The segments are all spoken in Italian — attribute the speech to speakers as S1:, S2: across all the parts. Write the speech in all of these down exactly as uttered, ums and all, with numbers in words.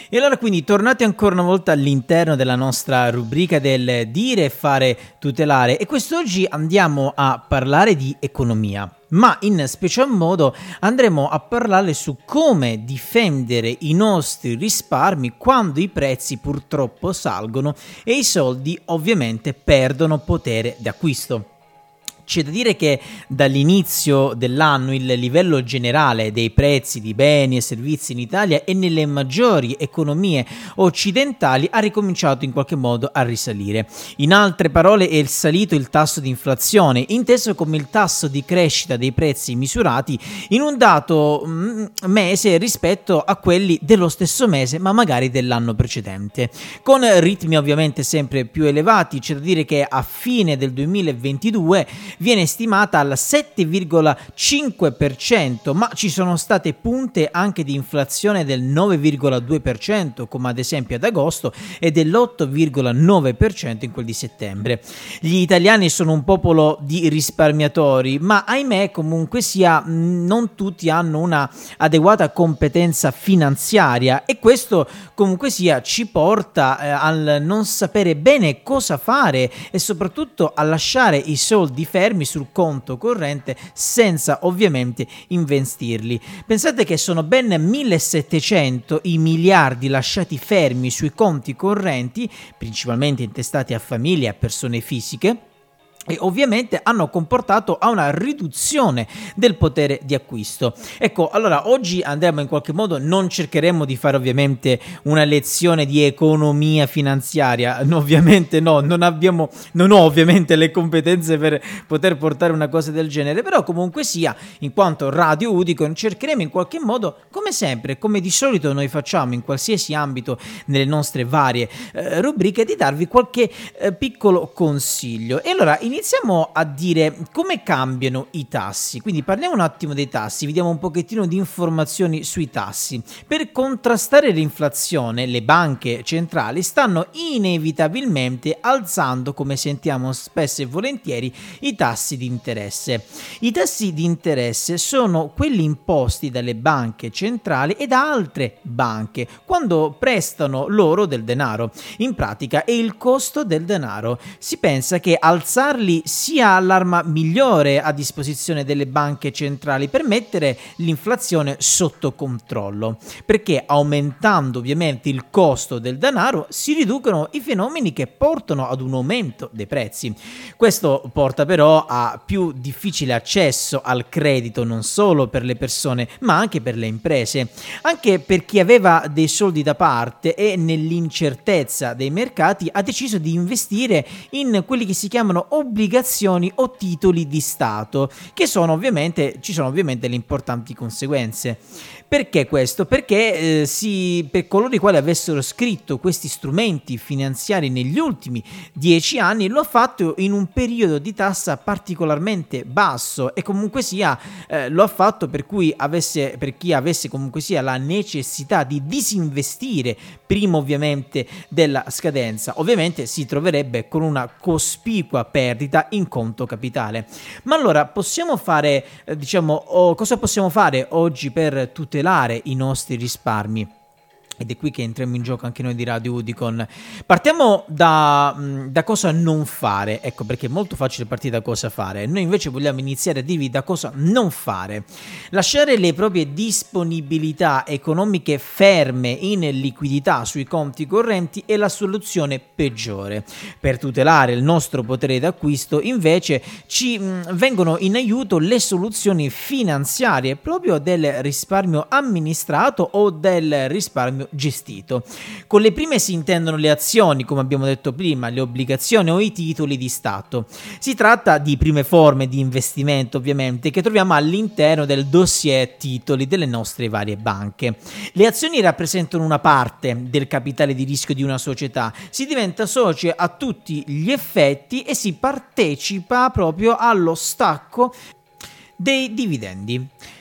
S1: E allora quindi tornate ancora una volta all'interno della nostra rubrica del dire, fare, tutelare, e quest'oggi andiamo a parlare di economia, ma in special modo andremo a parlare su come difendere i nostri risparmi quando i prezzi purtroppo salgono e i soldi ovviamente perdono potere d'acquisto. C'è da dire che dall'inizio dell'anno il livello generale dei prezzi di beni e servizi in Italia e nelle maggiori economie occidentali ha ricominciato in qualche modo a risalire. In altre parole è salito il tasso di inflazione, inteso come il tasso di crescita dei prezzi misurati in un dato mm, mese rispetto a quelli dello stesso mese, ma magari dell'anno precedente. Con ritmi ovviamente sempre più elevati, c'è da dire che a fine del duemilaventidue viene stimata al sette virgola cinque per cento, ma ci sono state punte anche di inflazione del nove virgola due per cento, come ad esempio ad agosto, e dell'otto virgola nove per cento in quel di settembre. Gli italiani sono un popolo di risparmiatori, ma ahimè comunque sia non tutti hanno una adeguata competenza finanziaria, e questo comunque sia ci porta eh, al non sapere bene cosa fare e soprattutto a lasciare i soldi fermi sul conto corrente senza ovviamente investirli. Pensate che sono ben millesettecento i miliardi lasciati fermi sui conti correnti, principalmente intestati a famiglie e a persone fisiche, e ovviamente hanno comportato a una riduzione del potere di acquisto. Ecco, allora oggi andremo in qualche modo, non cercheremo di fare ovviamente una lezione di economia finanziaria, no, ovviamente no, non abbiamo, non ho ovviamente le competenze per poter portare una cosa del genere, però comunque sia, in quanto Radio Udicon, cercheremo in qualche modo, come sempre, come di solito noi facciamo in qualsiasi ambito nelle nostre varie eh, rubriche, di darvi qualche eh, piccolo consiglio. E allora iniziamo a dire come cambiano i tassi, quindi parliamo un attimo dei tassi, vediamo un pochettino di informazioni sui tassi. Per contrastare l'inflazione, le banche centrali stanno inevitabilmente alzando, come sentiamo spesso e volentieri, i tassi di interesse. I tassi di interesse sono quelli imposti dalle banche centrali e da altre banche quando prestano loro del denaro. In pratica è il costo del denaro. Si pensa che alzarli sia l'arma migliore a disposizione delle banche centrali per mettere l'inflazione sotto controllo, perché aumentando ovviamente il costo del denaro si riducono i fenomeni che portano ad un aumento dei prezzi. Questo porta però a più difficile accesso al credito, non solo per le persone ma anche per le imprese, anche per chi aveva dei soldi da parte e nell'incertezza dei mercati ha deciso di investire in quelli che si chiamano obbligazioni o titoli di Stato, che sono ovviamente, ci sono ovviamente le importanti conseguenze. Perché questo? Perché eh, si, per coloro i quali avessero scritto questi strumenti finanziari negli ultimi dieci anni lo ha fatto in un periodo di tassa particolarmente basso, e comunque sia eh, lo ha fatto per cui avesse, per chi avesse comunque sia la necessità di disinvestire prima ovviamente della scadenza, ovviamente si troverebbe con una cospicua perdita in conto capitale. Ma allora possiamo fare, eh, diciamo, oh, cosa possiamo fare oggi per tutelare i nostri risparmi? Ed è qui che entriamo in gioco anche noi di Radio Udicon. Partiamo da, da cosa non fare, ecco, perché è molto facile partire da cosa fare. Noi invece vogliamo iniziare a dirvi da cosa non fare. Lasciare le proprie disponibilità economiche ferme in liquidità sui conti correnti è la soluzione peggiore. Per tutelare il nostro potere d'acquisto, invece, ci mh, vengono in aiuto le soluzioni finanziarie proprio del risparmio amministrato o del risparmio gestito. Con le prime si intendono le azioni, come abbiamo detto prima, le obbligazioni o i titoli di Stato. Si tratta di prime forme di investimento, ovviamente, che troviamo all'interno del dossier titoli delle nostre varie banche. Le azioni rappresentano una parte del capitale di rischio di una società, si diventa soci a tutti gli effetti e si partecipa proprio allo stacco dei dividendi.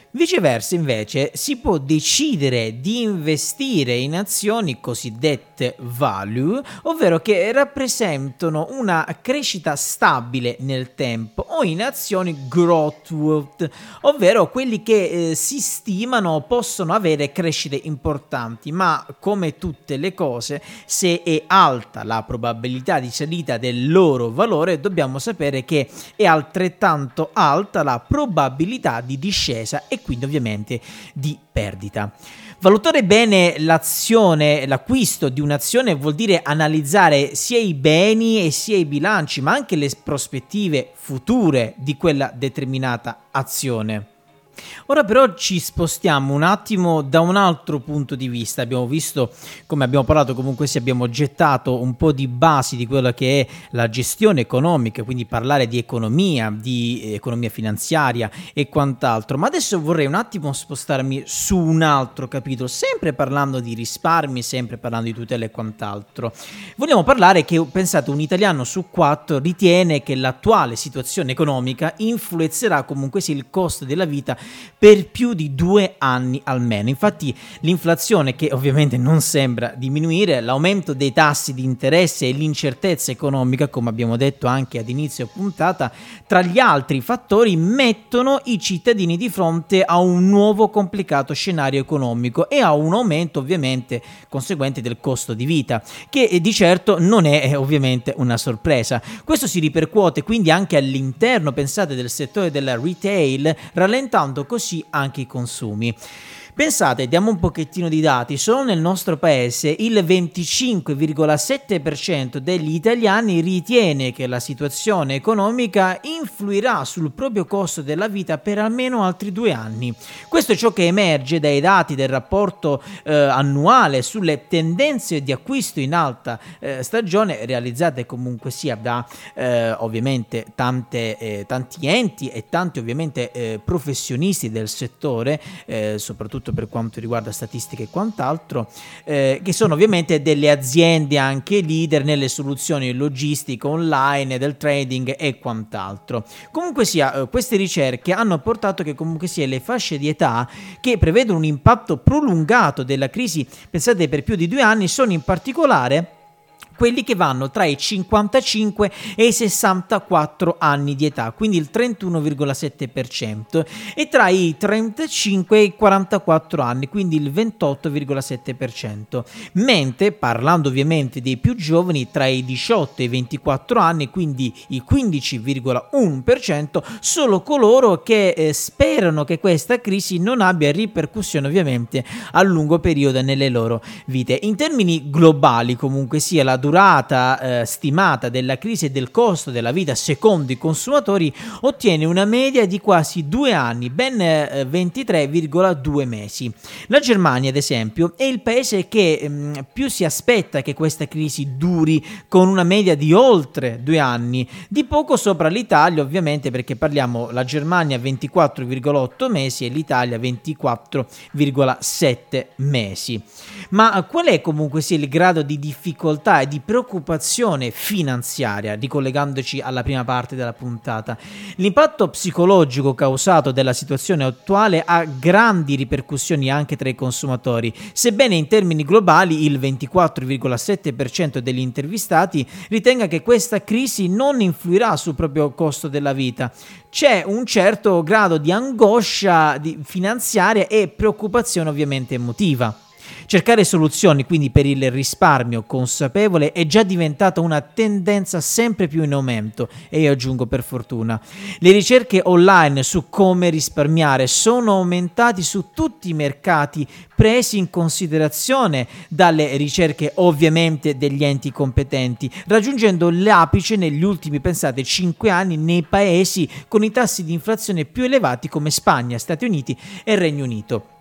S1: Viceversa, invece, si può decidere di investire in azioni cosiddette value, ovvero che rappresentano una crescita stabile nel tempo, o in azioni growth, ovvero quelli che eh, si stimano possono avere crescite importanti, ma come tutte le cose, se è alta la probabilità di salita del loro valore, dobbiamo sapere che è altrettanto alta la probabilità di discesa e quindi ovviamente di perdita. Valutare bene l'azione, l'acquisto di un'azione vuol dire analizzare sia i beni e sia i bilanci, ma anche le prospettive future di quella determinata azione. Ora però ci spostiamo un attimo da un altro punto di vista. Abbiamo visto, come abbiamo parlato, comunque sì, abbiamo gettato un po' di basi di quello che è la gestione economica, quindi parlare di economia, di economia finanziaria e quant'altro, ma adesso vorrei un attimo spostarmi su un altro capitolo, sempre parlando di risparmi, sempre parlando di tutela e quant'altro. Vogliamo parlare che, pensate, un italiano su quattro ritiene che l'attuale situazione economica influenzerà comunque sì il costo della vita per più di due anni almeno. Infatti l'inflazione, che ovviamente non sembra diminuire, l'aumento dei tassi di interesse e l'incertezza economica, come abbiamo detto anche ad inizio puntata, tra gli altri fattori mettono i cittadini di fronte a un nuovo complicato scenario economico e a un aumento ovviamente conseguente del costo di vita, che di certo non è ovviamente una sorpresa. Questo si ripercuote quindi anche all'interno, pensate, del settore della retail, rallentando così anche i consumi. Pensate, diamo un pochettino di dati, solo nel nostro paese il venticinque virgola sette per cento degli italiani ritiene che la situazione economica influirà sul proprio costo della vita per almeno altri due anni. Questo è ciò che emerge dai dati del rapporto eh, annuale sulle tendenze di acquisto in alta eh, stagione, realizzate comunque sia da eh, ovviamente tante, eh, tanti enti e tanti ovviamente eh, professionisti del settore, eh, soprattutto per quanto riguarda statistiche e quant'altro, eh, che sono ovviamente delle aziende anche leader nelle soluzioni logistiche online, del trading e quant'altro. Comunque sia, eh, queste ricerche hanno portato che comunque sia le fasce di età che prevedono un impatto prolungato della crisi, pensate per più di due anni, sono in particolare quelli che vanno tra i cinquantacinque e i sessantaquattro anni di età, quindi il trentuno virgola sette per cento, e tra i trentacinque e i quarantaquattro anni, quindi il ventotto virgola sette per cento, mentre parlando ovviamente dei più giovani, tra i diciotto e i ventiquattro anni, quindi il quindici virgola uno per cento, solo coloro che eh, sperano che questa crisi non abbia ripercussioni ovviamente a lungo periodo nelle loro vite. In termini globali comunque sia la durata eh, stimata della crisi e del costo della vita secondo i consumatori ottiene una media di quasi due anni, ben eh, ventitré virgola due mesi. La Germania, ad esempio, è il paese che mh, più si aspetta che questa crisi duri, con una media di oltre due anni, di poco sopra l'Italia ovviamente, perché parliamo la Germania ventiquattro virgola otto mesi e l'Italia ventiquattro virgola sette mesi. Ma qual è comunque sia il grado di difficoltà e di preoccupazione finanziaria, ricollegandoci alla prima parte della puntata? L'impatto psicologico causato dalla situazione attuale ha grandi ripercussioni anche tra i consumatori, sebbene in termini globali il ventiquattro virgola sette per cento degli intervistati ritenga che questa crisi non influirà sul proprio costo della vita. C'è un certo grado di angoscia di finanziaria e preoccupazione ovviamente emotiva. Cercare soluzioni quindi per il risparmio consapevole è già diventata una tendenza sempre più in aumento, e io aggiungo per fortuna. Le ricerche online su come risparmiare sono aumentati su tutti i mercati, presi in considerazione dalle ricerche ovviamente degli enti competenti, raggiungendo l'apice negli ultimi, pensate, cinque anni nei paesi con i tassi di inflazione più elevati come Spagna, Stati Uniti e Regno Unito.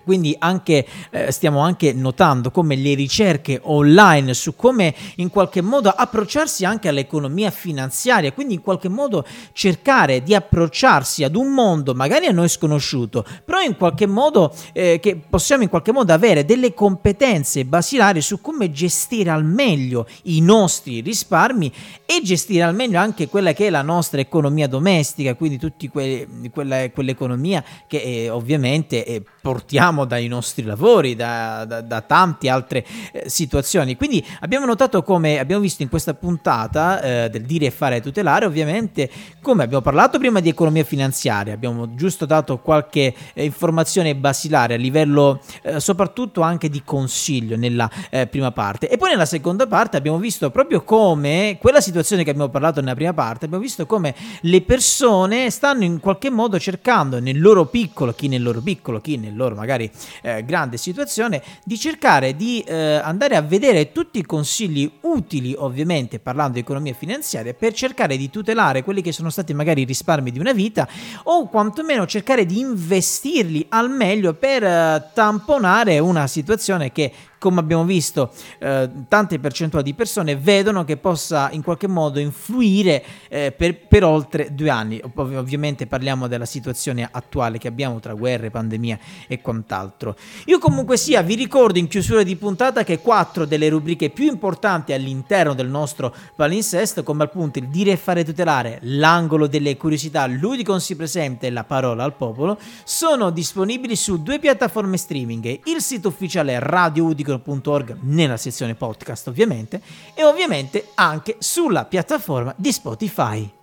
S1: Quindi anche eh, stiamo anche notando come le ricerche online su come in qualche modo approcciarsi anche all'economia finanziaria, quindi in qualche modo cercare di approcciarsi ad un mondo magari a noi sconosciuto, però in qualche modo eh, che possiamo in qualche modo avere delle competenze basilari su come gestire al meglio i nostri risparmi e gestire al meglio anche quella che è la nostra economia domestica, quindi tutti que- quella, quell'economia che eh, ovviamente eh, portiamo dai nostri lavori, da, da, da tante altre eh, situazioni. Quindi abbiamo notato come abbiamo visto in questa puntata eh, del dire e fare e tutelare, ovviamente, come abbiamo parlato prima di economia finanziaria, abbiamo giusto dato qualche eh, informazione basilare a livello eh, soprattutto anche di consiglio nella eh, prima parte, e poi nella seconda parte abbiamo visto proprio come quella situazione che abbiamo parlato nella prima parte, abbiamo visto come le persone stanno in qualche modo cercando nel loro piccolo, chi nel loro piccolo, chi nel loro magari Eh, grande situazione, di cercare di eh, andare a vedere tutti i consigli utili, ovviamente parlando di economia finanziaria, per cercare di tutelare quelli che sono stati magari i risparmi di una vita, o quantomeno cercare di investirli al meglio per eh, tamponare una situazione che, come abbiamo visto, eh, tante percentuali di persone vedono che possa in qualche modo influire eh, per, per oltre due anni. Ov- ovviamente parliamo della situazione attuale che abbiamo tra guerre, pandemia e quant'altro. Io comunque sia vi ricordo in chiusura di puntata che quattro delle rubriche più importanti all'interno del nostro palinsesto, come appunto il dire e fare tutelare, l'angolo delle curiosità, l'Udicon si presenta e la parola al popolo, sono disponibili su due piattaforme streaming: il sito ufficiale radio udicon punto org nella sezione podcast ovviamente, e ovviamente anche sulla piattaforma di Spotify.